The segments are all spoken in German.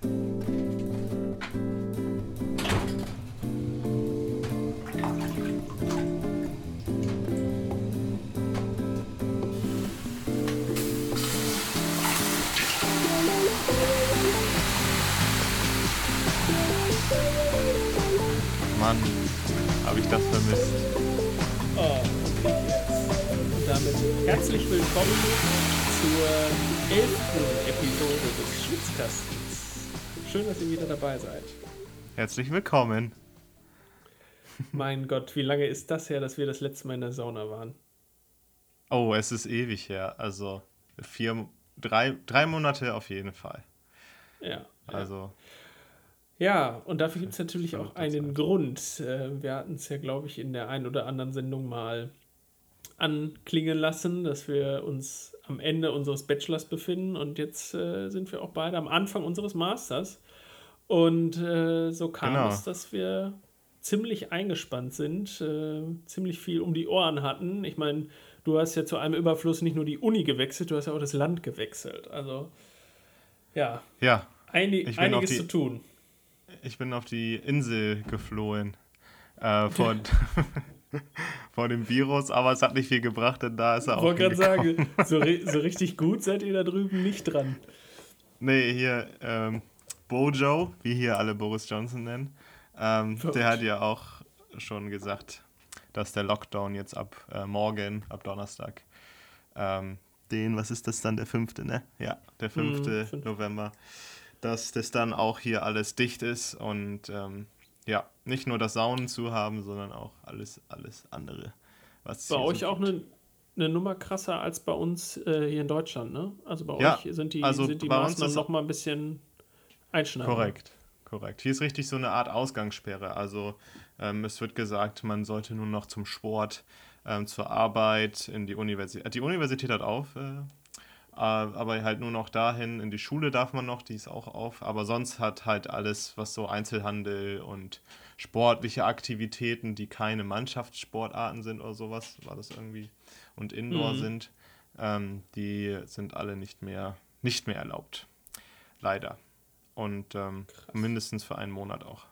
Mann, habe ich das vermisst. Oh, yes. Und damit herzlich willkommen zur 11. Episode des Schwitzkastens. Schön, dass ihr wieder dabei seid. Herzlich willkommen. Mein Gott, wie lange ist das her, dass wir das letzte Mal in der Sauna waren? Oh, es ist ewig her. Also 3 Monate auf jeden Fall. Ja. Also. Ja, und dafür gibt es natürlich auch verrückte einen Zeit. Grund. Wir hatten es ja, glaube ich, in der einen oder anderen Sendung mal anklingen lassen, dass wir uns am Ende unseres Bachelors befinden und jetzt sind wir auch beide am Anfang unseres Masters. Und so kam Genau. es, dass wir ziemlich eingespannt sind, ziemlich viel um die Ohren hatten. Ich meine, du hast ja zu einem Überfluss nicht nur die Uni gewechselt, du hast ja auch das Land gewechselt. Also ja, Ja, ich bin einiges zu tun. ich bin auf die Insel geflohen. Vor, vor dem Virus, aber es hat nicht viel gebracht, denn da ist er Ich auch wollte gerade hingekommen. sagen, so richtig gut seid ihr da drüben nicht dran. Nee, hier Bojo, wie hier alle Boris Johnson nennen, der Verrückt. hat ja auch schon gesagt, dass der Lockdown jetzt ab morgen, ab Donnerstag, was ist das dann, der 5., ne? Ja, der 5. Fünf. November, dass das dann auch hier alles dicht ist und ja, nicht nur das Saunen zu haben, sondern auch alles andere, was es Bei hier euch so auch gibt. eine Nummer krasser als bei uns hier in Deutschland, ne? Also bei Ja, euch sind also die bei uns Maßnahmen ist noch mal ein bisschen einschneidender. korrekt. Hier ist richtig so eine Art Ausgangssperre. Also es wird gesagt, man sollte nur noch zum Sport, zur Arbeit, in die Universität. Die Universität hat auf, aber halt nur noch dahin. In die Schule darf man noch, die ist auch auf. Aber sonst hat halt alles, was so Einzelhandel und sportliche Aktivitäten, die keine Mannschaftssportarten sind oder sowas, war das irgendwie, und Indoor Mhm. sind, die sind alle nicht mehr erlaubt. Leider. Und Krass. mindestens für einen Monat auch.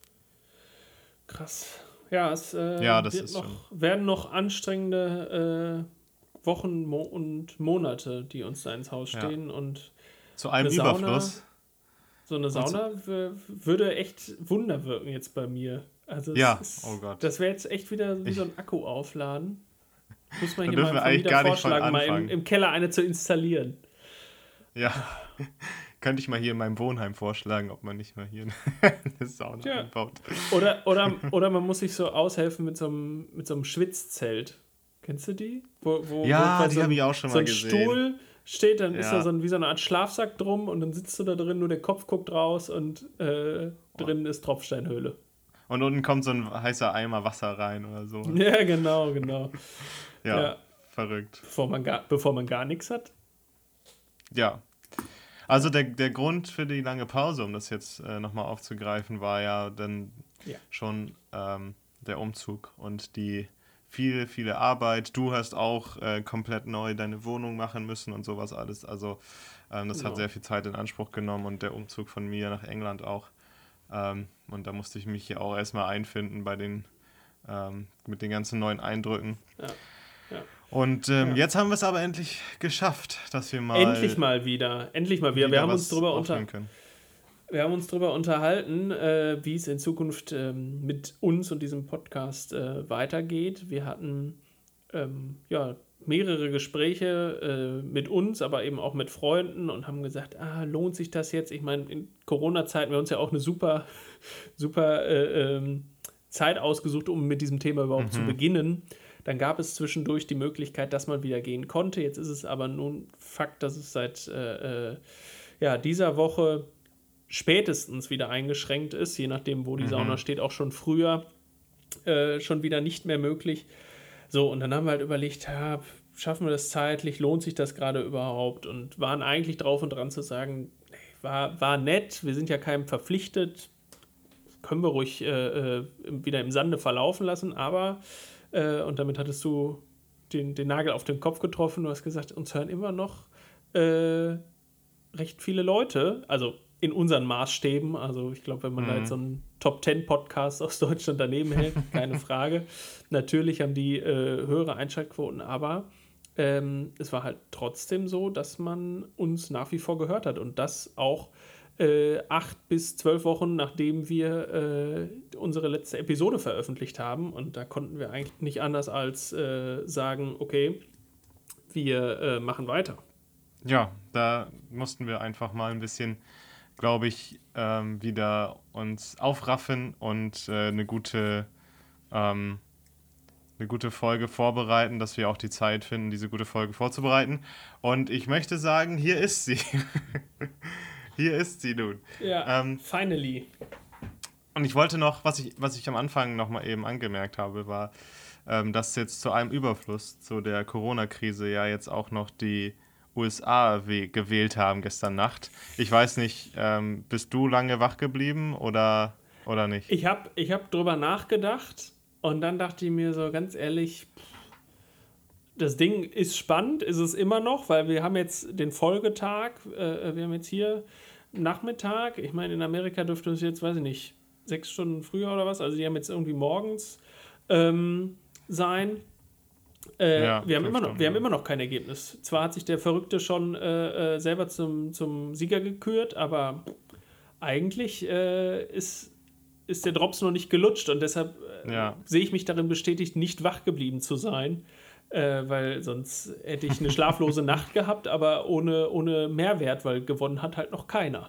Krass. Ja, es Ja, das ist schon. werden noch anstrengende Wochen und Monate, die uns da ins Haus Ja. stehen. Und Zu einem eine Sauna, Überfluss. so eine Und Sauna würde echt Wunder wirken jetzt bei mir. Also ja, oh Gott. das wäre jetzt echt wieder wie so ein Akku aufladen. Muss man Da hier dürfen meinem wir eigentlich Vermieter gar nicht von vorschlagen, mal anfangen. im Keller eine zu installieren. Ja. Könnte ich mal hier in meinem Wohnheim vorschlagen, ob man nicht mal hier eine Sauna Tja. einbaut. Oder man muss sich so aushelfen mit so einem Schwitzzelt. Kennst du die? Wo Ja, quasi die habe ich auch schon so mal ein gesehen. Stuhl steht, dann ist da Ja. wie so eine Art Schlafsack drum und dann sitzt du da drin, nur der Kopf guckt raus und drin ist Tropfsteinhöhle. Und unten kommt so ein heißer Eimer Wasser rein oder so. Ja, genau. Ja, Ja, verrückt. bevor man gar nichts hat. Ja. Also der Grund für die lange Pause, um das jetzt nochmal aufzugreifen, war ja dann Ja. schon der Umzug und die viele Arbeit. Du hast auch komplett neu deine Wohnung machen müssen und sowas alles. Also das hat Genau. sehr viel Zeit in Anspruch genommen und der Umzug von mir nach England auch. Und da musste ich mich hier auch erstmal einfinden mit den ganzen neuen Eindrücken. Ja. Ja. Und Ja. jetzt haben wir es aber endlich geschafft, dass wir mal Endlich mal wieder. Wir haben uns was aufnehmen können. Wir haben uns darüber unterhalten, wie es in Zukunft mit uns und diesem Podcast weitergeht. Wir hatten mehrere Gespräche mit uns, aber eben auch mit Freunden und haben gesagt, lohnt sich das jetzt? Ich meine, in Corona-Zeiten, wir haben uns ja auch eine super Zeit ausgesucht, um mit diesem Thema überhaupt zu beginnen. Dann gab es zwischendurch die Möglichkeit, dass man wieder gehen konnte. Jetzt ist es aber nun Fakt, dass es seit dieser Woche spätestens wieder eingeschränkt ist, je nachdem, wo die Sauna steht, auch schon früher schon wieder nicht mehr möglich. So, und dann haben wir halt überlegt, schaffen wir das zeitlich, lohnt sich das gerade überhaupt? Und waren eigentlich drauf und dran zu sagen, war nett, wir sind ja keinem verpflichtet, können wir ruhig wieder im Sande verlaufen lassen, aber, und damit hattest du den Nagel auf den Kopf getroffen, du hast gesagt, uns hören immer noch recht viele Leute, also in unseren Maßstäben. Also ich glaube, wenn man da jetzt so einen Top-10-Podcast aus Deutschland daneben hält, keine Frage. Natürlich haben die höhere Einschaltquoten, aber es war halt trotzdem so, dass man uns nach wie vor gehört hat und das auch 8 bis 12 Wochen, nachdem wir unsere letzte Episode veröffentlicht haben. Und da konnten wir eigentlich nicht anders als sagen, okay, wir machen weiter. Ja, da mussten wir einfach mal ein bisschen, glaube ich, wieder uns aufraffen und eine gute Folge vorbereiten, dass wir auch die Zeit finden, diese gute Folge vorzubereiten. Und ich möchte sagen, hier ist sie. Hier ist sie nun. Ja, finally. Und ich wollte noch, was ich am Anfang noch mal eben angemerkt habe, war, dass jetzt zu einem Überfluss zu der Corona-Krise ja jetzt auch noch die USA gewählt haben gestern Nacht. Ich weiß nicht, bist du lange wach geblieben oder nicht? Ich hab drüber nachgedacht und dann dachte ich mir so ganz ehrlich, das Ding ist spannend, ist es immer noch, weil wir haben jetzt den Folgetag, wir haben jetzt hier Nachmittag, ich meine in Amerika dürfte es jetzt, weiß ich nicht, 6 Stunden früher oder was, also die haben jetzt irgendwie morgens sein. Wir haben immer noch kein Ergebnis. Zwar hat sich der Verrückte schon selber zum Sieger gekürt, aber eigentlich ist der Drops noch nicht gelutscht und deshalb sehe ich mich darin bestätigt, nicht wach geblieben zu sein, weil sonst hätte ich eine schlaflose Nacht gehabt, aber ohne Mehrwert, weil gewonnen hat halt noch keiner.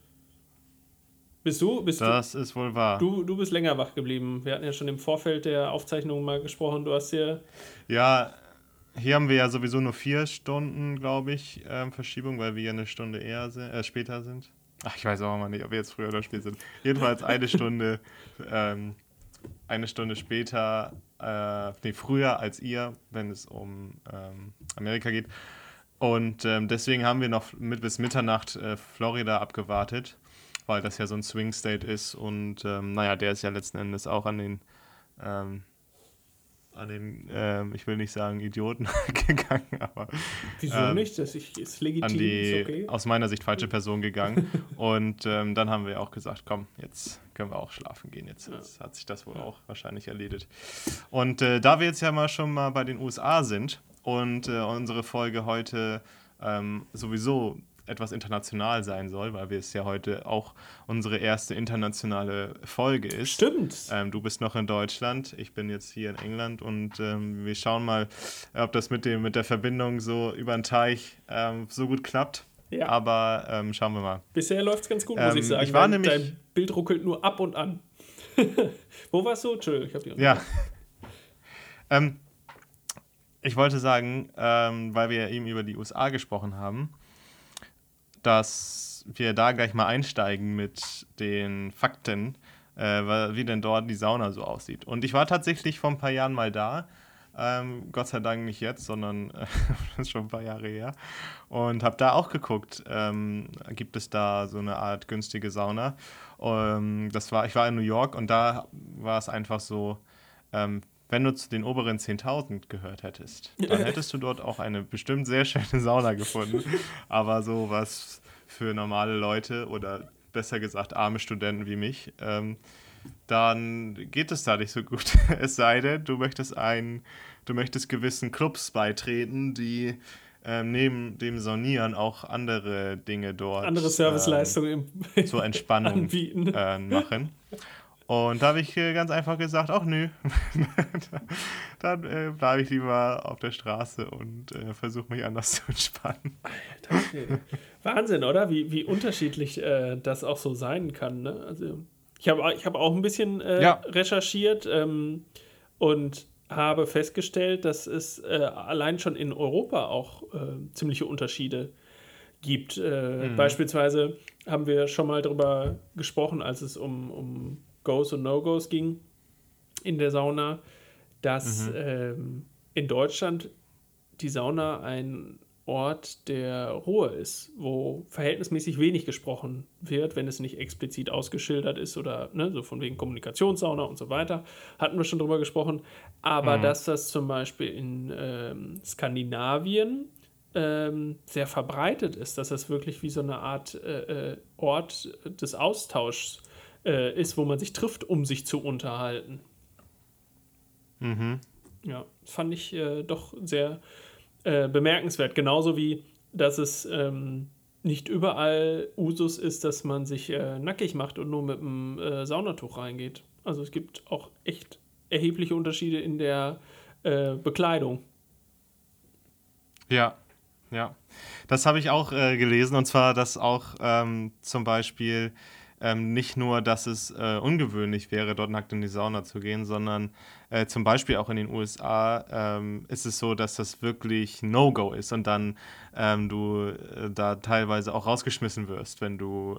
Das ist wohl wahr. Du bist länger wach geblieben. Wir hatten ja schon im Vorfeld der Aufzeichnung mal gesprochen. Du hast hier... Ja, hier haben wir ja sowieso nur 4 Stunden, glaube ich, Verschiebung, weil wir ja eine Stunde später sind. Ach, ich weiß auch mal nicht, ob wir jetzt früher oder später sind. Jedenfalls eine Stunde später, früher als ihr, wenn es um Amerika geht. Und deswegen haben wir noch bis Mitternacht Florida abgewartet, weil das ja so ein Swing State ist und der ist ja letzten Endes auch an den ich will nicht sagen Idioten gegangen, aber wieso nicht? Das ist legitim, an die ist okay. Aus meiner Sicht falsche Person gegangen und dann haben wir auch gesagt, komm, jetzt können wir auch schlafen gehen, jetzt hat sich das wohl auch wahrscheinlich erledigt. Und da wir jetzt ja schon mal bei den USA sind und unsere Folge heute sowieso etwas international sein soll, weil wir es ja heute auch unsere erste internationale Folge ist. Stimmt. Du bist noch in Deutschland, ich bin jetzt hier in England und wir schauen mal, ob das mit der Verbindung so über den Teich so gut klappt. Ja. Aber schauen wir mal. Bisher läuft es ganz gut, muss ich sagen. Dein Bild ruckelt nur ab und an. Wo warst du? Entschuldigung, ich habe die Ja. Ich wollte sagen, weil wir eben über die USA gesprochen haben, dass wir da gleich mal einsteigen mit den Fakten, wie denn dort die Sauna so aussieht. Und ich war tatsächlich vor ein paar Jahren mal da, Gott sei Dank nicht jetzt, sondern das ist schon ein paar Jahre her, und habe da auch geguckt, gibt es da so eine Art günstige Sauna. Ich war in New York und da war es einfach so, wenn du zu den oberen 10.000 gehört hättest, dann hättest du dort auch eine bestimmt sehr schöne Sauna gefunden. Aber so was für normale Leute oder besser gesagt arme Studenten wie mich, dann geht es da nicht so gut. Es sei denn, du möchtest gewissen Clubs beitreten, die neben dem Saunieren auch andere Dinge dort andere Serviceleistungen zur Entspannung machen. Und da habe ich ganz einfach gesagt, ach nö, dann bleibe ich lieber auf der Straße und versuche mich anders zu entspannen. Alter, Wahnsinn, oder? Wie unterschiedlich das auch so sein kann. Ne? Also ich hab auch ein bisschen recherchiert und habe festgestellt, dass es allein schon in Europa auch ziemliche Unterschiede gibt. Beispielsweise haben wir schon mal drüber gesprochen, als es um Goes und No-Goes ging in der Sauna, dass in Deutschland die Sauna ein Ort der Ruhe ist, wo verhältnismäßig wenig gesprochen wird, wenn es nicht explizit ausgeschildert ist oder so von wegen Kommunikationssauna und so weiter. Hatten wir schon drüber gesprochen. Aber dass das zum Beispiel in Skandinavien sehr verbreitet ist, dass das wirklich wie so eine Art Ort des Austauschs ist, wo man sich trifft, um sich zu unterhalten. Mhm. Ja, fand ich doch sehr bemerkenswert. Genauso wie, dass es nicht überall Usus ist, dass man sich nackig macht und nur mit einem Saunatuch reingeht. Also es gibt auch echt erhebliche Unterschiede in der Bekleidung. Ja, ja. Das habe ich auch gelesen, und zwar, dass auch zum Beispiel nicht nur, dass es ungewöhnlich wäre, dort nackt in die Sauna zu gehen, sondern zum Beispiel auch in den USA ist es so, dass das wirklich No-Go ist und dann du da teilweise auch rausgeschmissen wirst, wenn du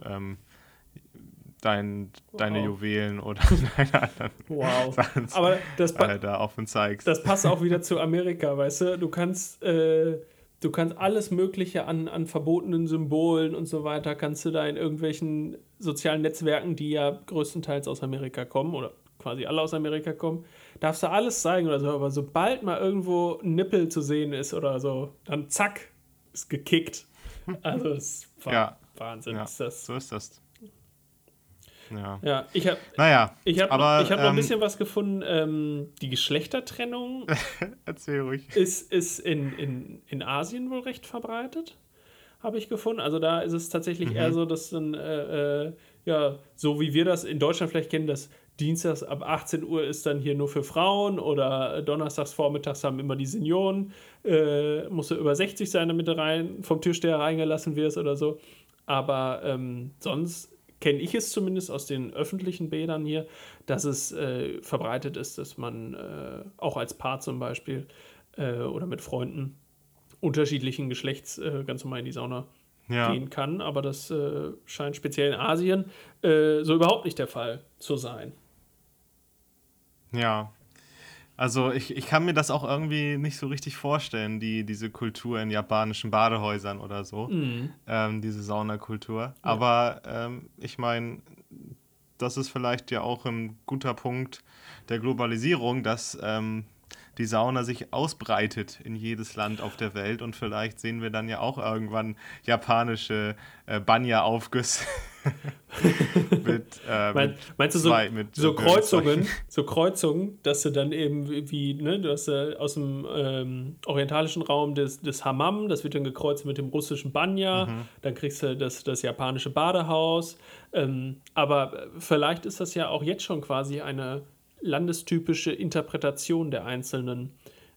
deine Wow. Juwelen oder deine anderen Wow. Sachen Aber das, da offen zeigst. das passt auch wieder zu Amerika, weißt du? Du kannst alles Mögliche an verbotenen Symbolen und so weiter, kannst du da in irgendwelchen sozialen Netzwerken, die ja größtenteils aus Amerika kommen oder quasi alle aus Amerika kommen, darfst du alles zeigen oder so, aber sobald mal irgendwo ein Nippel zu sehen ist oder so, dann zack, ist gekickt. Also das war Ja. Wahnsinn. Ja, Ist das. so ist das. Ja. Ja, ich habe Naja, aber noch ein bisschen was gefunden. Die Geschlechtertrennung erzähl ruhig. ist in Asien wohl recht verbreitet, habe ich gefunden. Also da ist es tatsächlich eher so, dass dann, ja, so wie wir das in Deutschland vielleicht kennen, dass dienstags ab 18 Uhr ist dann hier nur für Frauen oder donnerstags vormittags haben immer die Senioren, musst du über 60 sein, damit du vom Türsteher reingelassen wirst oder so. Aber sonst kenne ich es zumindest aus den öffentlichen Bädern hier, dass es verbreitet ist, dass man auch als Paar zum Beispiel oder mit Freunden unterschiedlichen Geschlechts ganz normal in die Sauna gehen kann. Aber das scheint speziell in Asien so überhaupt nicht der Fall zu sein. Ja. Also ich kann mir das auch irgendwie nicht so richtig vorstellen, diese Kultur in japanischen Badehäusern oder so, diese Saunakultur. Aber ich meine, das ist vielleicht ja auch ein guter Punkt der Globalisierung, dass die Sauna sich ausbreitet in jedes Land auf der Welt, und vielleicht sehen wir dann ja auch irgendwann japanische Banya-Aufgüsse Meinst du so Kreuzungen, dass du dann eben du hast aus dem orientalischen Raum das Hammam, das wird dann gekreuzt mit dem russischen Banya, dann kriegst du das japanische Badehaus, aber vielleicht ist das ja auch jetzt schon quasi eine landestypische Interpretation der einzelnen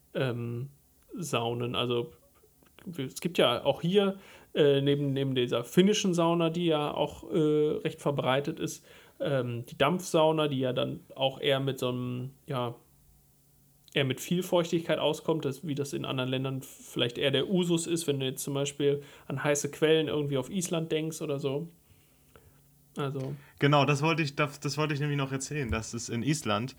Saunen. Also es gibt ja auch hier neben dieser finnischen Sauna, die ja auch recht verbreitet ist, die Dampfsauna, die ja dann auch eher mit so einem, ja, eher mit viel Feuchtigkeit auskommt, wie das in anderen Ländern vielleicht eher der Usus ist, wenn du jetzt zum Beispiel an heiße Quellen irgendwie auf Island denkst oder so. Also. Genau, das wollte ich nämlich noch erzählen, dass es in Island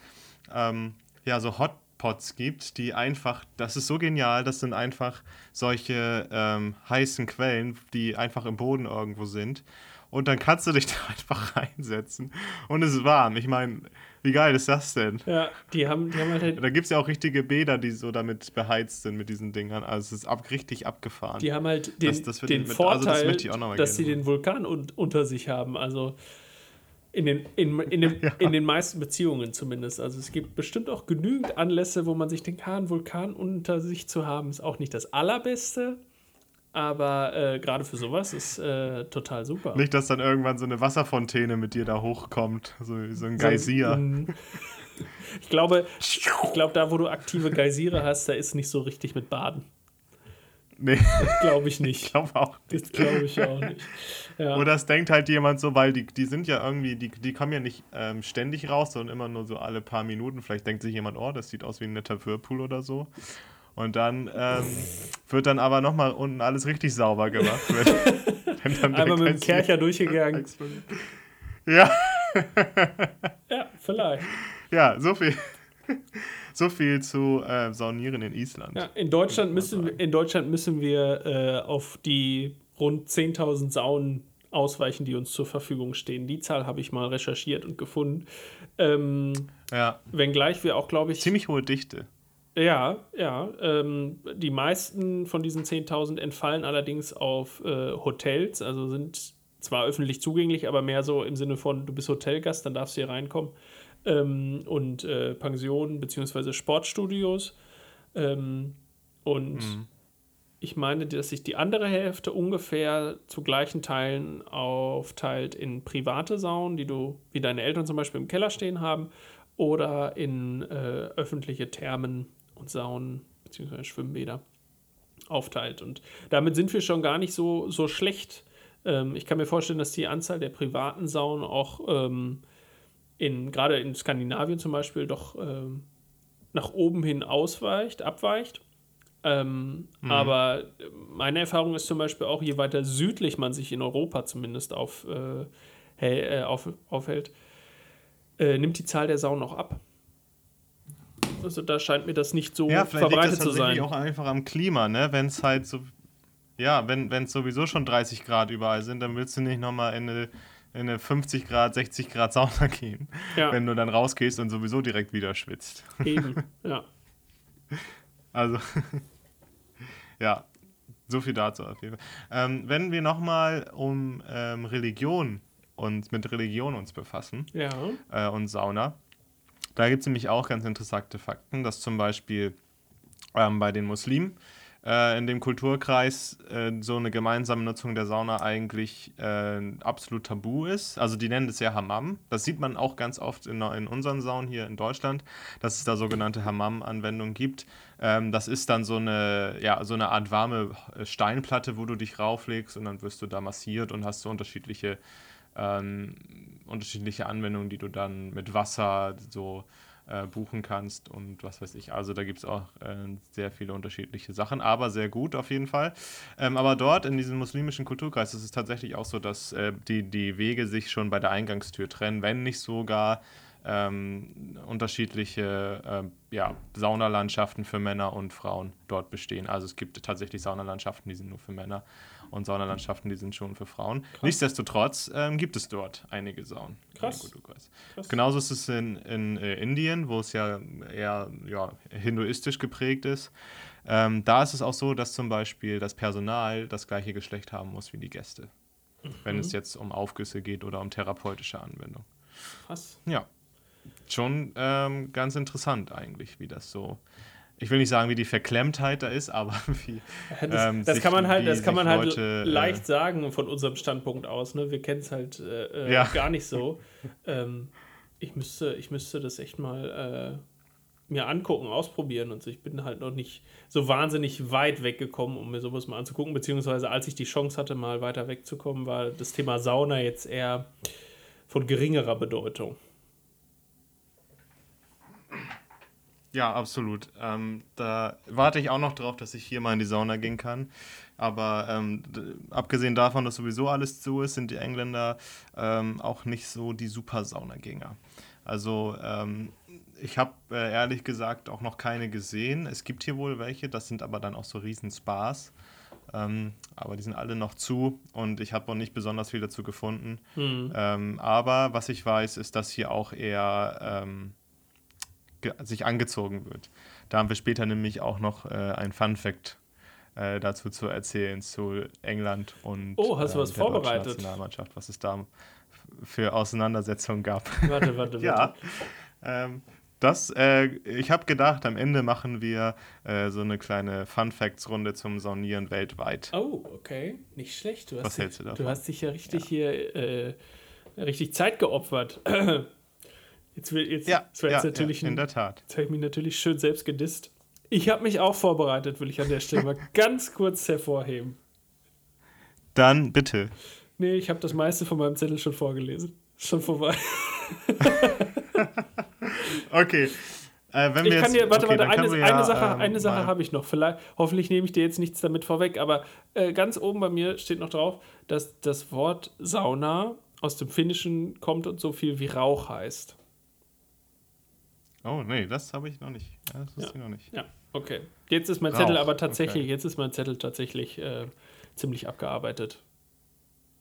ja so Hotpots gibt, die einfach, das ist so genial, das sind einfach solche heißen Quellen, die einfach im Boden irgendwo sind. Und dann kannst du dich da einfach reinsetzen und es ist warm. Ich meine, wie geil ist das denn? Ja, die haben halt Da gibt es ja auch richtige Bäder, die so damit beheizt sind mit diesen Dingern. Also es ist richtig abgefahren. Die haben halt den Vorteil, dass sie den Vulkan unter sich haben. Also in den meisten Beziehungen zumindest. Also es gibt bestimmt auch genügend Anlässe, wo man sich denkt, einen Vulkan unter sich zu haben, ist auch nicht das Allerbeste. Aber gerade für sowas ist total super. Nicht, dass dann irgendwann so eine Wasserfontäne mit dir da hochkommt. So ein Geysir. Ich glaube, da, wo du aktive Geysire hast, da ist nicht so richtig mit Baden. Nee. Glaube ich nicht. Ich glaube auch nicht. Das glaube ich auch nicht. Ja. Oder es denkt halt jemand so, weil die sind ja irgendwie, die kommen ja nicht ständig raus, sondern immer nur so alle paar Minuten. Vielleicht denkt sich jemand, oh, das sieht aus wie ein netter Whirlpool oder so. Und dann wird dann aber nochmal unten alles richtig sauber gemacht. Wenn dann einmal mit dem Kercher durchgegangen. Ja. Ja, vielleicht. Ja, so viel. So viel zu Saunieren in Island. Ja, in Deutschland müssen wir auf die rund 10.000 Saunen ausweichen, die uns zur Verfügung stehen. Die Zahl habe ich mal recherchiert und gefunden. Ja. Wenngleich wir auch, glaube ich... Ziemlich hohe Dichte. Ja. Die meisten von diesen 10.000 entfallen allerdings auf Hotels, also sind zwar öffentlich zugänglich, aber mehr so im Sinne von, du bist Hotelgast, dann darfst du hier reinkommen. Und Pensionen bzw. Sportstudios. Und ich meine, dass sich die andere Hälfte ungefähr zu gleichen Teilen aufteilt in private Saunen, die wie deine Eltern zum Beispiel im Keller stehen haben, oder in öffentliche Thermen und Saunen bzw. Schwimmbäder aufteilt. Und damit sind wir schon gar nicht so schlecht. Ich kann mir vorstellen, dass die Anzahl der privaten Saunen auch gerade in Skandinavien zum Beispiel doch nach oben hin abweicht. Aber meine Erfahrung ist zum Beispiel auch, je weiter südlich man sich in Europa zumindest aufhält, nimmt die Zahl der Saunen auch ab. Also da scheint mir das nicht so verbreitet zu sein. Ja, vielleicht liegt das tatsächlich auch einfach am Klima, ne? Wenn es halt so, ja, wenn es sowieso schon 30 Grad überall sind, dann willst du nicht nochmal in eine 50 Grad, 60 Grad Sauna gehen, wenn du dann rausgehst und sowieso direkt wieder schwitzt. Eben, ja. Also, ja, so viel dazu auf jeden Fall. Wenn wir nochmal um Religion und mit Religion uns befassen und Sauna, da gibt es nämlich auch ganz interessante Fakten, dass zum Beispiel bei den Muslimen in dem Kulturkreis so eine gemeinsame Nutzung der Sauna eigentlich absolut tabu ist. Also die nennen das ja Hammam. Das sieht man auch ganz oft in unseren Saunen hier in Deutschland, dass es da sogenannte Hammam-Anwendungen gibt. Das ist dann so eine Art warme Steinplatte, wo du dich rauflegst und dann wirst du da massiert und hast so unterschiedliche Anwendungen, die du dann mit Wasser so buchen kannst und was weiß ich. Also da gibt es auch sehr viele unterschiedliche Sachen, aber sehr gut auf jeden Fall. Aber dort in diesem muslimischen Kulturkreis ist es tatsächlich auch so, dass die Wege sich schon bei der Eingangstür trennen, wenn nicht sogar unterschiedliche Saunalandschaften für Männer und Frauen dort bestehen. Also es gibt tatsächlich Saunalandschaften, die sind nur für Männer und Saunalandschaften, die sind schon für Frauen. Krass. Nichtsdestotrotz gibt es dort einige Saunen. Krass. Genauso ist es in Indien, wo es ja eher hinduistisch geprägt ist. Da ist es auch so, dass zum Beispiel das Personal das gleiche Geschlecht haben muss wie die Gäste. Wenn es jetzt um Aufgüsse geht oder um therapeutische Anwendung. Krass. Ja. Schon ganz interessant eigentlich, wie das so, ich will nicht sagen, wie die Verklemmtheit da ist, aber wie das kann man halt leicht sagen von unserem Standpunkt aus, ne? Wir kennen es halt gar nicht so. Ich müsste das echt mal mir angucken, ausprobieren und so. Ich bin halt noch nicht so wahnsinnig weit weggekommen, um mir sowas mal anzugucken, beziehungsweise als ich die Chance hatte, mal weiter wegzukommen, war das Thema Sauna jetzt eher von geringerer Bedeutung. Ja, absolut. Da warte ich auch noch drauf, dass ich hier mal in die Sauna gehen kann. Aber abgesehen davon, dass sowieso alles zu ist, sind die Engländer auch nicht so die super Saunagänger. Also ich habe ehrlich gesagt auch noch keine gesehen. Es gibt hier wohl welche, das sind aber dann auch so riesen Spas. Aber die sind alle noch zu und ich habe noch nicht besonders viel dazu gefunden. Aber was ich weiß, ist, dass hier auch eher sich angezogen wird. Da haben wir später nämlich auch noch ein Fun-Fact dazu zu erzählen zu England und hast du was der vorbereitet? deutschen Nationalmannschaft, was es da für Auseinandersetzungen gab. Warte. Ja, ich habe gedacht, am Ende machen wir so eine kleine Fun-Facts-Runde zum Saunieren weltweit. Oh, okay. Nicht schlecht. Was hältst du davon? Du hast dich ja richtig hier richtig Zeit geopfert. Natürlich in der Tat. Jetzt habe ich mich natürlich schön selbst gedisst. Ich habe mich auch vorbereitet, will ich an der Stelle mal ganz kurz hervorheben. Dann bitte. Nee, ich habe das meiste von meinem Zettel schon vorgelesen. Schon vorbei. Okay. Eine Sache habe ich noch. Hoffentlich nehme ich dir jetzt nichts damit vorweg, aber ganz oben bei mir steht noch drauf, dass das Wort Sauna aus dem Finnischen kommt und so viel wie Rauch heißt. Oh, nee, das habe ich noch nicht. Das wusste ich noch nicht. Ja, okay. Jetzt ist mein Zettel tatsächlich ziemlich abgearbeitet.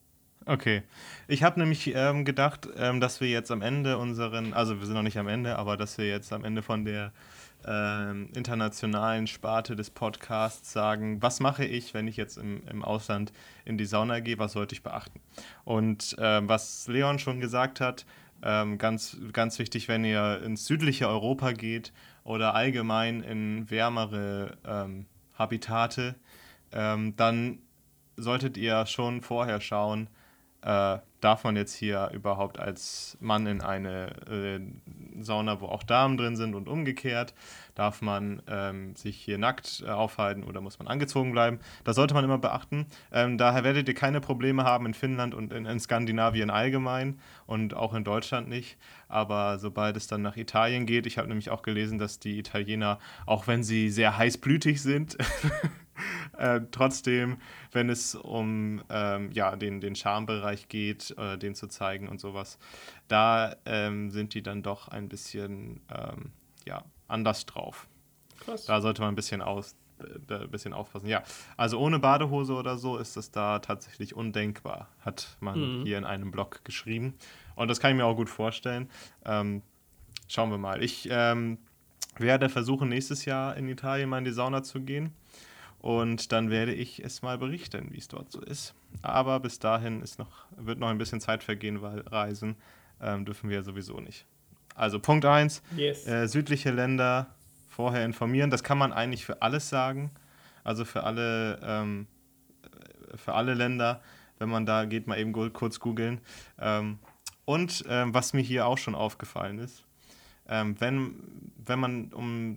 Okay. Ich habe nämlich gedacht, dass wir jetzt am Ende also wir sind noch nicht am Ende, aber dass wir jetzt am Ende von der internationalen Sparte des Podcasts sagen, was mache ich, wenn ich jetzt im Ausland in die Sauna gehe, was sollte ich beachten? Und was Leon schon gesagt hat, ganz, ganz wichtig, wenn ihr ins südliche Europa geht oder allgemein in wärmere Habitate, dann solltet ihr schon vorher schauen, darf man jetzt hier überhaupt als Mann in eine Sauna, wo auch Damen drin sind und umgekehrt? Darf man sich hier nackt aufhalten oder muss man angezogen bleiben? Das sollte man immer beachten. Daher werdet ihr keine Probleme haben in Finnland und in Skandinavien allgemein und auch in Deutschland nicht. Aber sobald es dann nach Italien geht, ich habe nämlich auch gelesen, dass die Italiener, auch wenn sie sehr heißblütig sind, trotzdem, wenn es um den Schambereich geht, den zu zeigen und sowas, da sind die dann doch ein bisschen anders drauf. Krass. Da sollte man ein bisschen aufpassen. Ja, also ohne Badehose oder so ist das da tatsächlich undenkbar, hat man hier in einem Blog geschrieben. Und das kann ich mir auch gut vorstellen. Schauen wir mal. Ich werde versuchen, nächstes Jahr in Italien mal in die Sauna zu gehen. Und dann werde ich es mal berichten, wie es dort so ist. Aber bis dahin wird noch ein bisschen Zeit vergehen, weil reisen dürfen wir sowieso nicht. Also Punkt 1, Yes. Südliche Länder vorher informieren. Das kann man eigentlich für alles sagen. Also für alle Länder, wenn man da geht, mal eben kurz googeln. Was mir hier auch schon aufgefallen ist, wenn man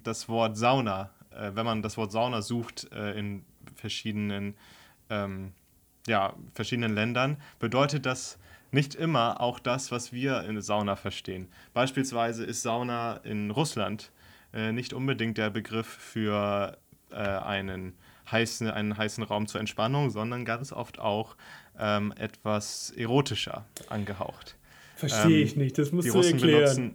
wenn man das Wort Sauna sucht in verschiedenen Ländern, bedeutet das nicht immer auch das, was wir in Sauna verstehen. Beispielsweise ist Sauna in Russland nicht unbedingt der Begriff für einen heißen Raum zur Entspannung, sondern ganz oft auch etwas erotischer angehaucht. Verstehe ich nicht, das musst Die du Russen erklären.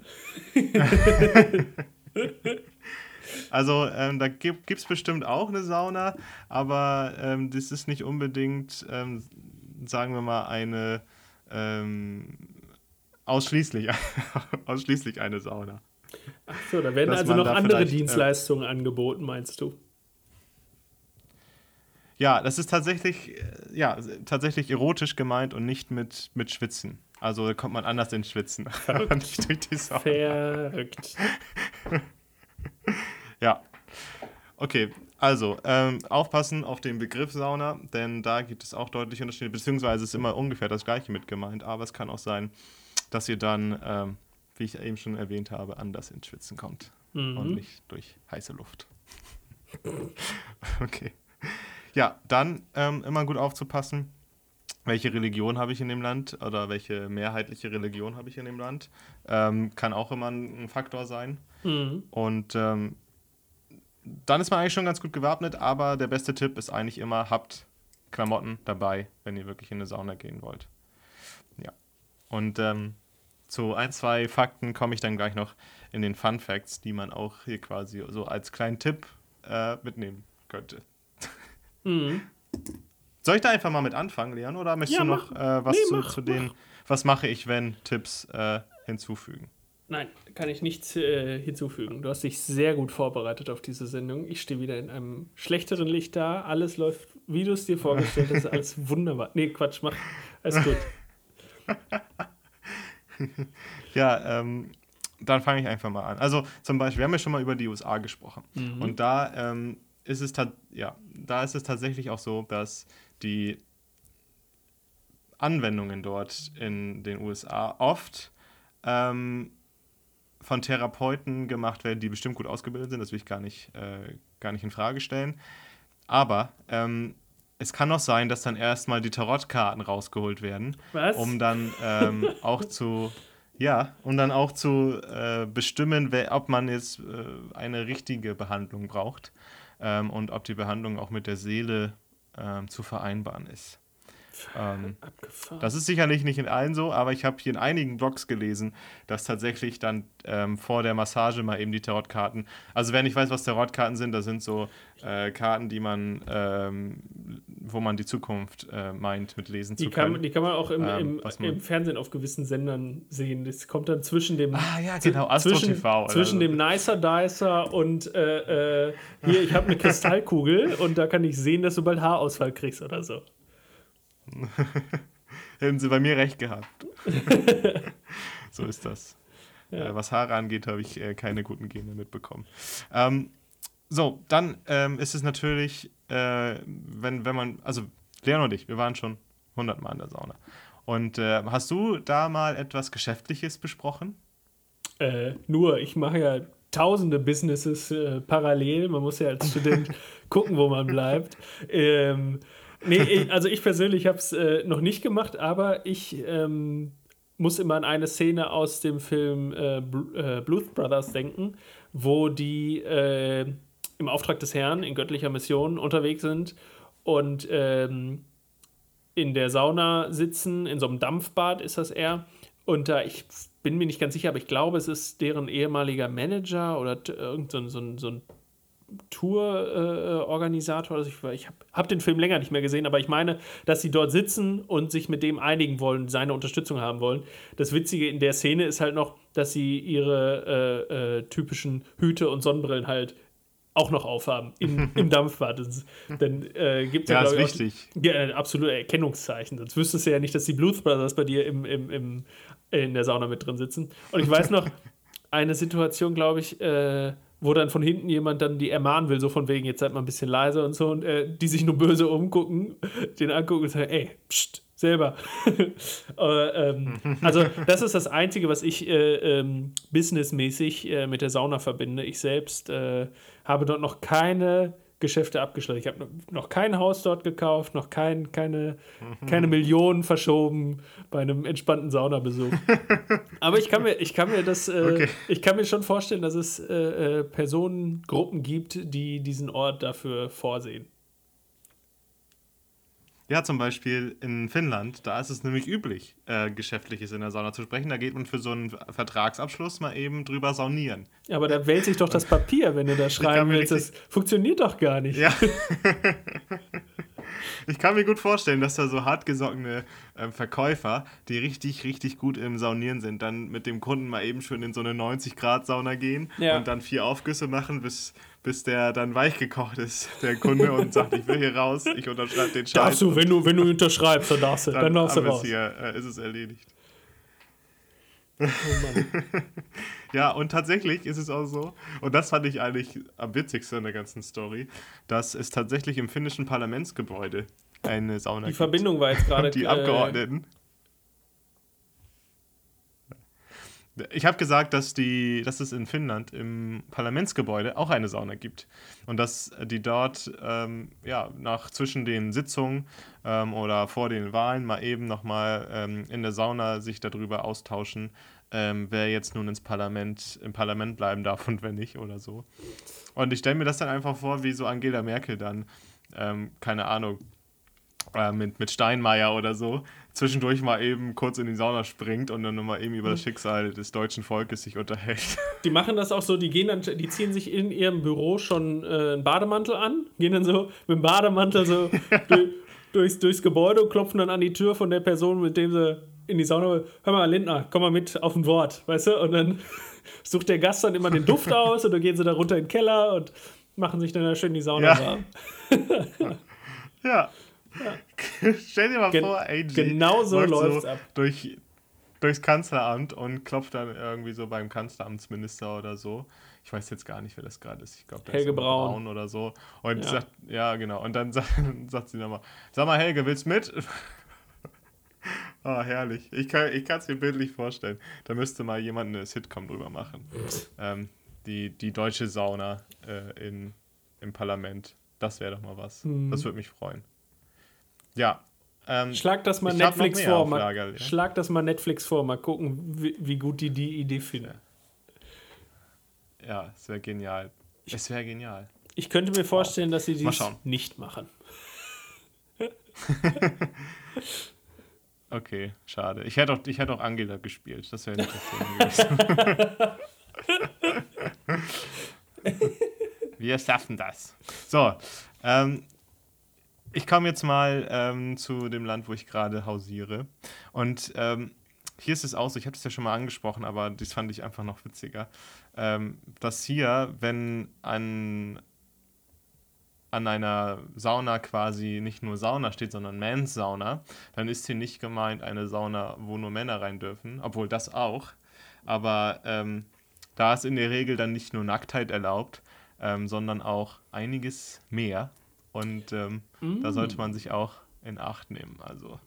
Also da gibt es bestimmt auch eine Sauna, aber das ist nicht unbedingt, sagen wir mal, eine ausschließlich, ausschließlich eine Sauna. Ach so, da werden Dass also man noch da andere vielleicht, Dienstleistungen angeboten, meinst du? Ja, das ist tatsächlich erotisch gemeint und nicht mit Schwitzen. Also kommt man anders ins Schwitzen, aber nicht durch die Sauna. Verrückt. Ja, okay. Also, aufpassen auf den Begriff Sauna, denn da gibt es auch deutliche Unterschiede, beziehungsweise ist immer ungefähr das Gleiche mit gemeint, aber es kann auch sein, dass ihr dann, wie ich eben schon erwähnt habe, anders ins Schwitzen kommt und nicht durch heiße Luft. Okay. Ja, dann immer gut aufzupassen, welche Religion habe ich in dem Land oder welche mehrheitliche Religion habe ich in dem Land. Kann auch immer ein Faktor sein. Und dann ist man eigentlich schon ganz gut gewappnet, aber der beste Tipp ist eigentlich immer, habt Klamotten dabei, wenn ihr wirklich in eine Sauna gehen wollt. Ja. Und zu 2 Fakten komme ich dann gleich noch in den Fun Facts, die man auch hier quasi so als kleinen Tipp mitnehmen könnte. Soll ich da einfach mal mit anfangen, Leon, oder möchtest du noch was zu den Was mache ich, wenn Tipps hinzufügen? Nein, kann ich nichts hinzufügen. Du hast dich sehr gut vorbereitet auf diese Sendung. Ich stehe wieder in einem schlechteren Licht da. Alles läuft, wie du es dir vorgestellt hast. Alles wunderbar. Nee, Quatsch, mach. Alles gut. Ja, dann fange ich einfach mal an. Also zum Beispiel, wir haben ja schon mal über die USA gesprochen. Und da ist es tatsächlich auch so, dass die Anwendungen dort in den USA oft von Therapeuten gemacht werden, die bestimmt gut ausgebildet sind. Das will ich gar nicht in Frage stellen. Aber es kann auch sein, dass dann erstmal die Tarotkarten rausgeholt werden, Was? um dann auch zu bestimmen, ob man jetzt eine richtige Behandlung braucht und ob die Behandlung auch mit der Seele zu vereinbaren ist. Abgefahren. Das ist sicherlich nicht in allen so, aber ich habe hier in einigen Blogs gelesen, dass tatsächlich dann vor der Massage mal eben die Tarotkarten, also wer nicht weiß, was Tarotkarten sind, das sind so Karten, die man, wo man die Zukunft meint, mit lesen zu können. Die kann man auch im Fernsehen auf gewissen Sendern sehen. Das kommt dann zwischen dem Astro TV zwischen dem Nicer Dicer und hier, ich habe eine Kristallkugel und da kann ich sehen, dass du bald Haarausfall kriegst oder so. Hätten sie bei mir recht gehabt. So ist das. Ja. Was Haare angeht, habe ich keine guten Gene mitbekommen. So, dann ist es natürlich, wenn man, also Leon und ich, wir waren schon 100 Mal in der Sauna. Und hast du da mal etwas Geschäftliches besprochen? Nur, ich mache ja tausende Businesses parallel. Man muss ja als Student gucken, wo man bleibt. Also ich persönlich habe es noch nicht gemacht, aber ich muss immer an eine Szene aus dem Film Blues Brothers denken, wo die im Auftrag des Herrn in göttlicher Mission unterwegs sind und in der Sauna sitzen, in so einem Dampfbad ist das eher. Und ich bin mir nicht ganz sicher, aber ich glaube, es ist deren ehemaliger Manager oder irgend so ein Tour-Organisator. Also ich hab den Film länger nicht mehr gesehen, aber ich meine, dass sie dort sitzen und sich mit dem einigen wollen, seine Unterstützung haben wollen. Das Witzige in der Szene ist halt noch, dass sie ihre typischen Hüte und Sonnenbrillen halt auch noch aufhaben im Dampfbad. Dann gibt es ja, glaube ich, wichtig. Ein absolutes Erkennungszeichen. Sonst wüsstest du ja nicht, dass die Blues Brothers bei dir in der Sauna mit drin sitzen. Und ich weiß noch, eine Situation, glaube ich, wo dann von hinten jemand dann die ermahnen will, so von wegen, jetzt seid mal ein bisschen leiser und so, und die sich nur böse umgucken, den angucken und sagen, ey, pst, selber. Also das ist das Einzige, was ich businessmäßig mit der Sauna verbinde. Ich selbst habe dort noch keine Geschäfte abgeschlossen. Ich habe noch kein Haus dort gekauft, noch keine Millionen verschoben bei einem entspannten Saunabesuch. Aber ich kann mir schon vorstellen, dass es Personengruppen gibt, die diesen Ort dafür vorsehen. Ja, zum Beispiel in Finnland, da ist es nämlich üblich, Geschäftliches in der Sauna zu sprechen. Da geht man für so einen Vertragsabschluss mal eben drüber saunieren. Ja, aber da wälzt sich doch das Papier, wenn du da schreiben willst. Das funktioniert doch gar nicht. Ja. Ich kann mir gut vorstellen, dass da so hartgesottene Verkäufer, die richtig, richtig gut im Saunieren sind, dann mit dem Kunden mal eben schön in so eine 90-Grad-Sauna gehen und dann 4 Aufgüsse machen, bis der dann weich gekocht ist, der Kunde, und sagt, ich will hier raus, ich unterschreibe den Scheiß. Darfst du, wenn du unterschreibst, dann darfst du raus. Hier, ist es erledigt. Oh Mann. Ja, und tatsächlich ist es auch so, und das fand ich eigentlich am witzigsten in der ganzen Story, dass es tatsächlich im finnischen Parlamentsgebäude eine Sauna gibt. Die Verbindung war jetzt gerade... Die Abgeordneten... Ich habe gesagt, dass es in Finnland im Parlamentsgebäude auch eine Sauna gibt. Und dass die dort nach zwischen den Sitzungen oder vor den Wahlen mal eben nochmal in der Sauna sich darüber austauschen, wer jetzt nun im Parlament bleiben darf und wer nicht oder so. Und ich stelle mir das dann einfach vor, wie so Angela Merkel dann, keine Ahnung, mit Steinmeier oder so, zwischendurch mal eben kurz in die Sauna springt und dann nochmal eben über das Schicksal des deutschen Volkes sich unterhält. Die machen das auch so, die ziehen sich in ihrem Büro schon einen Bademantel an, gehen dann so mit dem Bademantel so durchs Gebäude und klopfen dann an die Tür von der Person, mit dem sie in die Sauna, hör mal, Lindner, komm mal mit auf ein Wort, weißt du? Und dann sucht der Gast dann immer den Duft aus und dann gehen sie da runter in den Keller und machen sich dann schön die Sauna warm. Ja. Stell dir mal vor, AG genau so läuft's so ab. Durchs Kanzleramt und klopft dann irgendwie so beim Kanzleramtsminister oder so. Ich weiß jetzt gar nicht, wer das gerade ist. Ich glaube, Helge Braun oder so. Und sagt, ja, genau. Und dann sagt sie nochmal, sag mal, Helge, willst du mit? Oh, herrlich. Ich kann es mir bildlich vorstellen. Da müsste mal jemand eine Sitcom drüber machen. Die deutsche Sauna im Parlament. Das wäre doch mal was. Das würde mich freuen. Ja. Schlag das mal Netflix vor. Schlag das mal Netflix vor. Mal gucken, wie gut die Idee finden. Ja, es wäre genial. Es wäre genial. Ich könnte mir vorstellen, dass sie dies nicht machen. Okay, schade. Ich hätte auch Angela gespielt. Das wäre nicht das Thema gewesen. Wir schaffen das. So, ich komme jetzt mal zu dem Land, wo ich gerade hausiere. Und hier ist es auch so, ich habe das ja schon mal angesprochen, aber das fand ich einfach noch witziger, dass hier, wenn an einer Sauna quasi nicht nur Sauna steht, sondern Men's Sauna, dann ist hier nicht gemeint eine Sauna, wo nur Männer rein dürfen, obwohl das auch. Aber da ist in der Regel dann nicht nur Nacktheit erlaubt, sondern auch einiges mehr. Und da sollte man sich auch in Acht nehmen. Also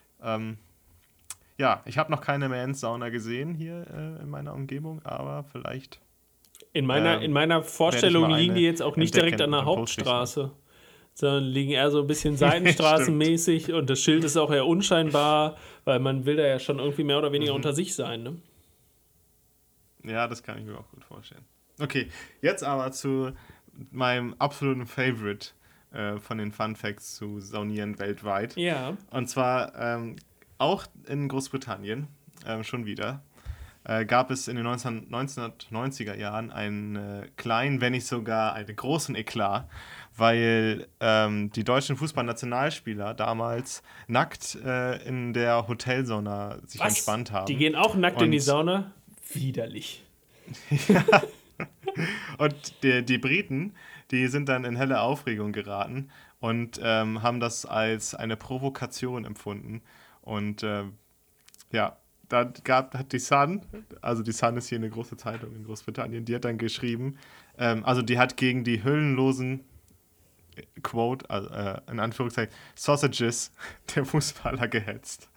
ja, ich habe noch keine Men's Sauna gesehen hier in meiner Umgebung, aber vielleicht In meiner Vorstellung liegen die jetzt auch nicht direkt an der Hauptstraße, sondern liegen eher so ein bisschen seitenstraßenmäßig und das Schild ist auch eher unscheinbar, weil man will da ja schon irgendwie mehr oder weniger unter sich sein, ne? Ja, das kann ich mir auch gut vorstellen. Okay, jetzt aber zu meinem absoluten Favorite von den Fun Facts zu Saunieren weltweit. Ja. Und zwar auch in Großbritannien, schon wieder, gab es in den 1990er Jahren einen kleinen, wenn nicht sogar einen großen Eklat, weil die deutschen Fußballnationalspieler damals nackt in der Hotelsauna sich entspannt haben. Die gehen auch nackt in die Sauna? Widerlich. Ja. Und die Briten, die sind dann in helle Aufregung geraten und haben das als eine Provokation empfunden. Und ja, da hat die Sun, also die Sun ist hier eine große Zeitung in Großbritannien, die hat dann geschrieben, also die hat gegen die hüllenlosen, Quote, also, in Anführungszeichen, Sausages der Fußballer gehetzt.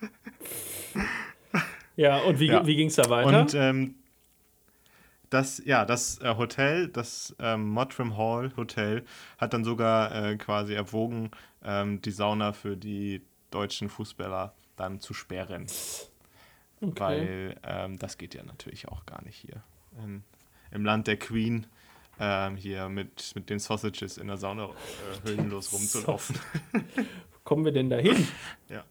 Ja, und wie ging es da weiter? Und das Hotel, das Mottram Hall Hotel, hat dann sogar quasi erwogen, die Sauna für die deutschen Fußballer dann zu sperren. Okay. Weil das geht ja natürlich auch gar nicht hier. Im Land der Queen hier mit den Sausages in der Sauna hüllenlos rumzulaufen. Wo kommen wir denn da hin? Ja.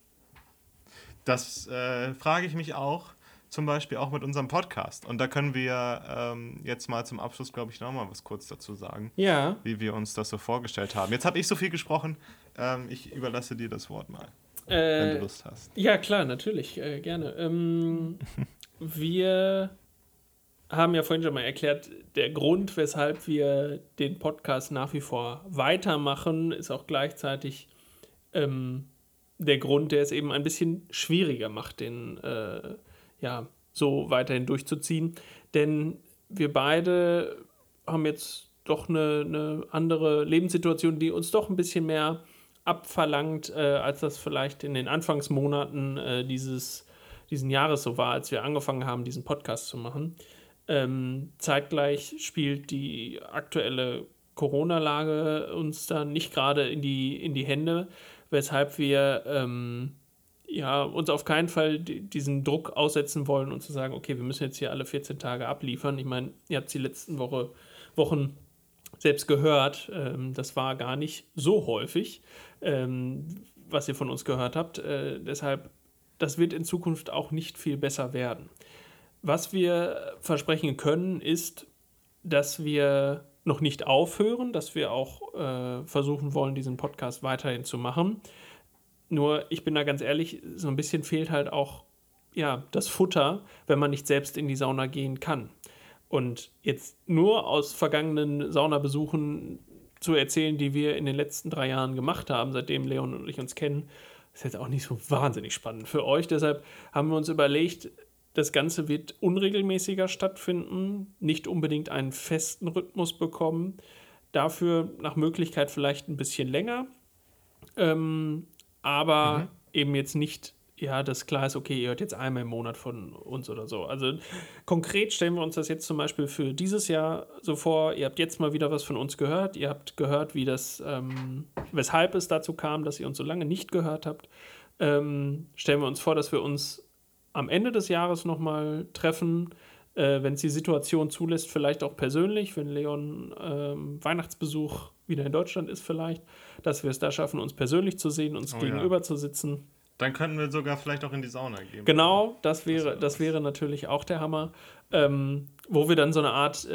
Das frage ich mich auch, zum Beispiel auch mit unserem Podcast. Und da können wir jetzt mal zum Abschluss, glaube ich, nochmal was kurz dazu sagen, wie wir uns das so vorgestellt haben. Jetzt habe ich so viel gesprochen, ich überlasse dir das Wort mal. Wenn du Lust hast. Ja, klar, natürlich, gerne. Wir haben ja vorhin schon mal erklärt, der Grund, weshalb wir den Podcast nach wie vor weitermachen, ist auch gleichzeitig der Grund, der es eben ein bisschen schwieriger macht, den so weiterhin durchzuziehen. Denn wir beide haben jetzt doch eine andere Lebenssituation, die uns doch ein bisschen mehr abverlangt, als das vielleicht in den Anfangsmonaten diesen Jahres so war, als wir angefangen haben, diesen Podcast zu machen. Zeitgleich spielt die aktuelle Corona-Lage uns da nicht gerade in die Hände, weshalb wir uns auf keinen Fall diesen Druck aussetzen wollen und zu sagen, okay, wir müssen jetzt hier alle 14 Tage abliefern. Ich meine, ihr habt es die letzten Wochen selbst gehört, das war gar nicht so häufig, was ihr von uns gehört habt. Deshalb, das wird in Zukunft auch nicht viel besser werden. Was wir versprechen können, ist, dass wir noch nicht aufhören, dass wir auch versuchen wollen, diesen Podcast weiterhin zu machen. Nur, ich bin da ganz ehrlich, so ein bisschen fehlt halt auch das Futter, wenn man nicht selbst in die Sauna gehen kann. Und jetzt nur aus vergangenen Saunabesuchen zu erzählen, die wir in den letzten 3 Jahren gemacht haben, seitdem Leon und ich uns kennen, ist jetzt auch nicht so wahnsinnig spannend für euch. Deshalb haben wir uns überlegt, das Ganze wird unregelmäßiger stattfinden, nicht unbedingt einen festen Rhythmus bekommen, dafür nach Möglichkeit vielleicht ein bisschen länger, aber eben jetzt nicht, dass klar ist, okay, ihr hört jetzt einmal im Monat von uns oder so. Also konkret stellen wir uns das jetzt zum Beispiel für dieses Jahr so vor, ihr habt jetzt mal wieder was von uns gehört, ihr habt gehört, wie das, weshalb es dazu kam, dass ihr uns so lange nicht gehört habt. Stellen wir uns vor, dass wir uns am Ende des Jahres nochmal treffen, wenn es die Situation zulässt, vielleicht auch persönlich, wenn Leon Weihnachtsbesuch wieder in Deutschland ist vielleicht, dass wir es da schaffen, uns persönlich zu sehen, uns gegenüber zu sitzen Dann könnten wir sogar vielleicht auch in die Sauna gehen. Genau, das wäre natürlich auch der Hammer. Wo wir dann so eine Art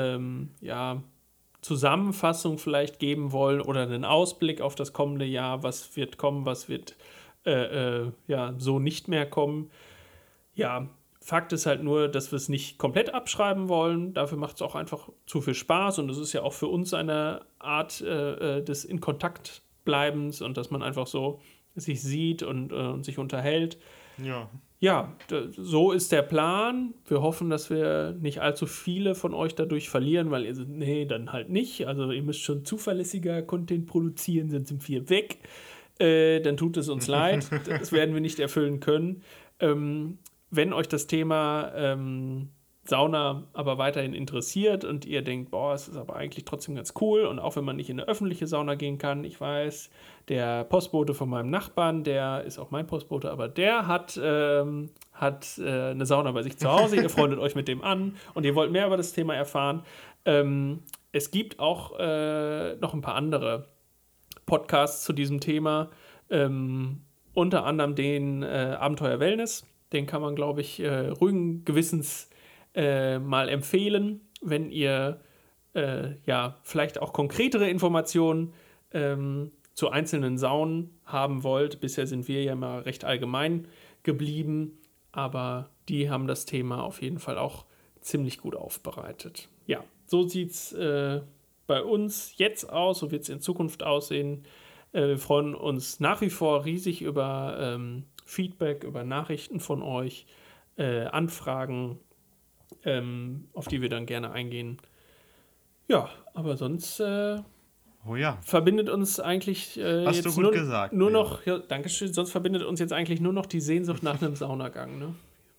Zusammenfassung vielleicht geben wollen oder einen Ausblick auf das kommende Jahr, was wird kommen, was wird so nicht mehr kommen. Ja, Fakt ist halt nur, dass wir es nicht komplett abschreiben wollen. Dafür macht es auch einfach zu viel Spaß und es ist ja auch für uns eine Art des in Kontakt Bleibens und dass man einfach so sich sieht und sich unterhält. Ja. Ja, so ist der Plan. Wir hoffen, dass wir nicht allzu viele von euch dadurch verlieren, weil ihr sagt, nee, dann halt nicht. Also ihr müsst schon zuverlässiger Content produzieren, sonst sind wir weg. Dann tut es uns leid. Das werden wir nicht erfüllen können. Wenn euch das Thema Sauna aber weiterhin interessiert und ihr denkt, boah, es ist aber eigentlich trotzdem ganz cool und auch wenn man nicht in eine öffentliche Sauna gehen kann, ich weiß, der Postbote von meinem Nachbarn, der ist auch mein Postbote, aber der hat eine Sauna bei sich zu Hause, ihr freundet euch mit dem an und ihr wollt mehr über das Thema erfahren. Es gibt auch noch ein paar andere Podcasts zu diesem Thema, unter anderem den Abenteuer Wellness, den kann man, glaube ich, ruhigen Gewissens mal empfehlen, wenn ihr vielleicht auch konkretere Informationen zu einzelnen Saunen haben wollt. Bisher sind wir ja mal recht allgemein geblieben, aber die haben das Thema auf jeden Fall auch ziemlich gut aufbereitet. Ja, so sieht es bei uns jetzt aus, so wird es in Zukunft aussehen. Wir freuen uns nach wie vor riesig über Feedback, über Nachrichten von euch, Anfragen, auf die wir dann gerne eingehen. Ja, aber sonst verbindet uns eigentlich Hast jetzt du gut gesagt, nur noch, ja, Dankeschön, sonst verbindet uns jetzt eigentlich nur noch die Sehnsucht nach einem Saunagang, ne?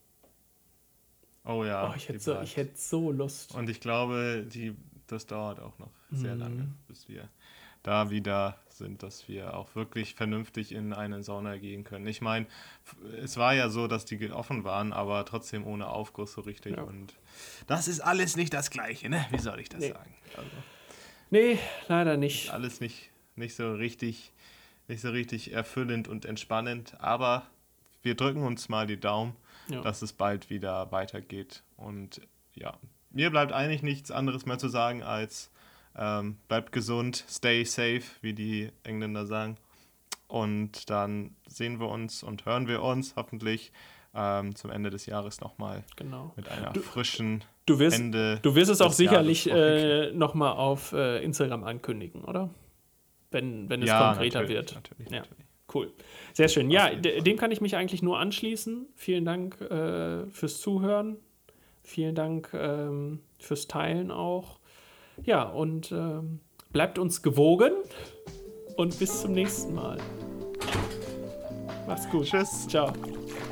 Oh ja. Ich hätte so Lust. Und ich glaube, das dauert auch noch sehr lange, bis wir da wieder sind, dass wir auch wirklich vernünftig in eine Sauna gehen können. Ich meine, es war ja so, dass die offen waren, aber trotzdem ohne Aufguss so richtig. Ja. Und das ist alles nicht das Gleiche, ne? Wie soll ich das sagen? Also, nee, leider nicht. Alles nicht so richtig erfüllend und entspannend, aber wir drücken uns mal die Daumen, dass es bald wieder weitergeht. Und ja, mir bleibt eigentlich nichts anderes mehr zu sagen als bleibt gesund, stay safe, wie die Engländer sagen. Und dann sehen wir uns und hören wir uns hoffentlich zum Ende des Jahres nochmal mit einer frischen Ende. Du wirst es auch sicherlich nochmal auf Instagram ankündigen, oder? Wenn es konkreter wird. Natürlich. Cool. Sehr schön. Ja, dem kann ich mich eigentlich nur anschließen. Vielen Dank fürs Zuhören. Vielen Dank fürs Teilen auch. Ja, und bleibt uns gewogen und bis zum nächsten Mal. Mach's gut. Tschüss. Ciao.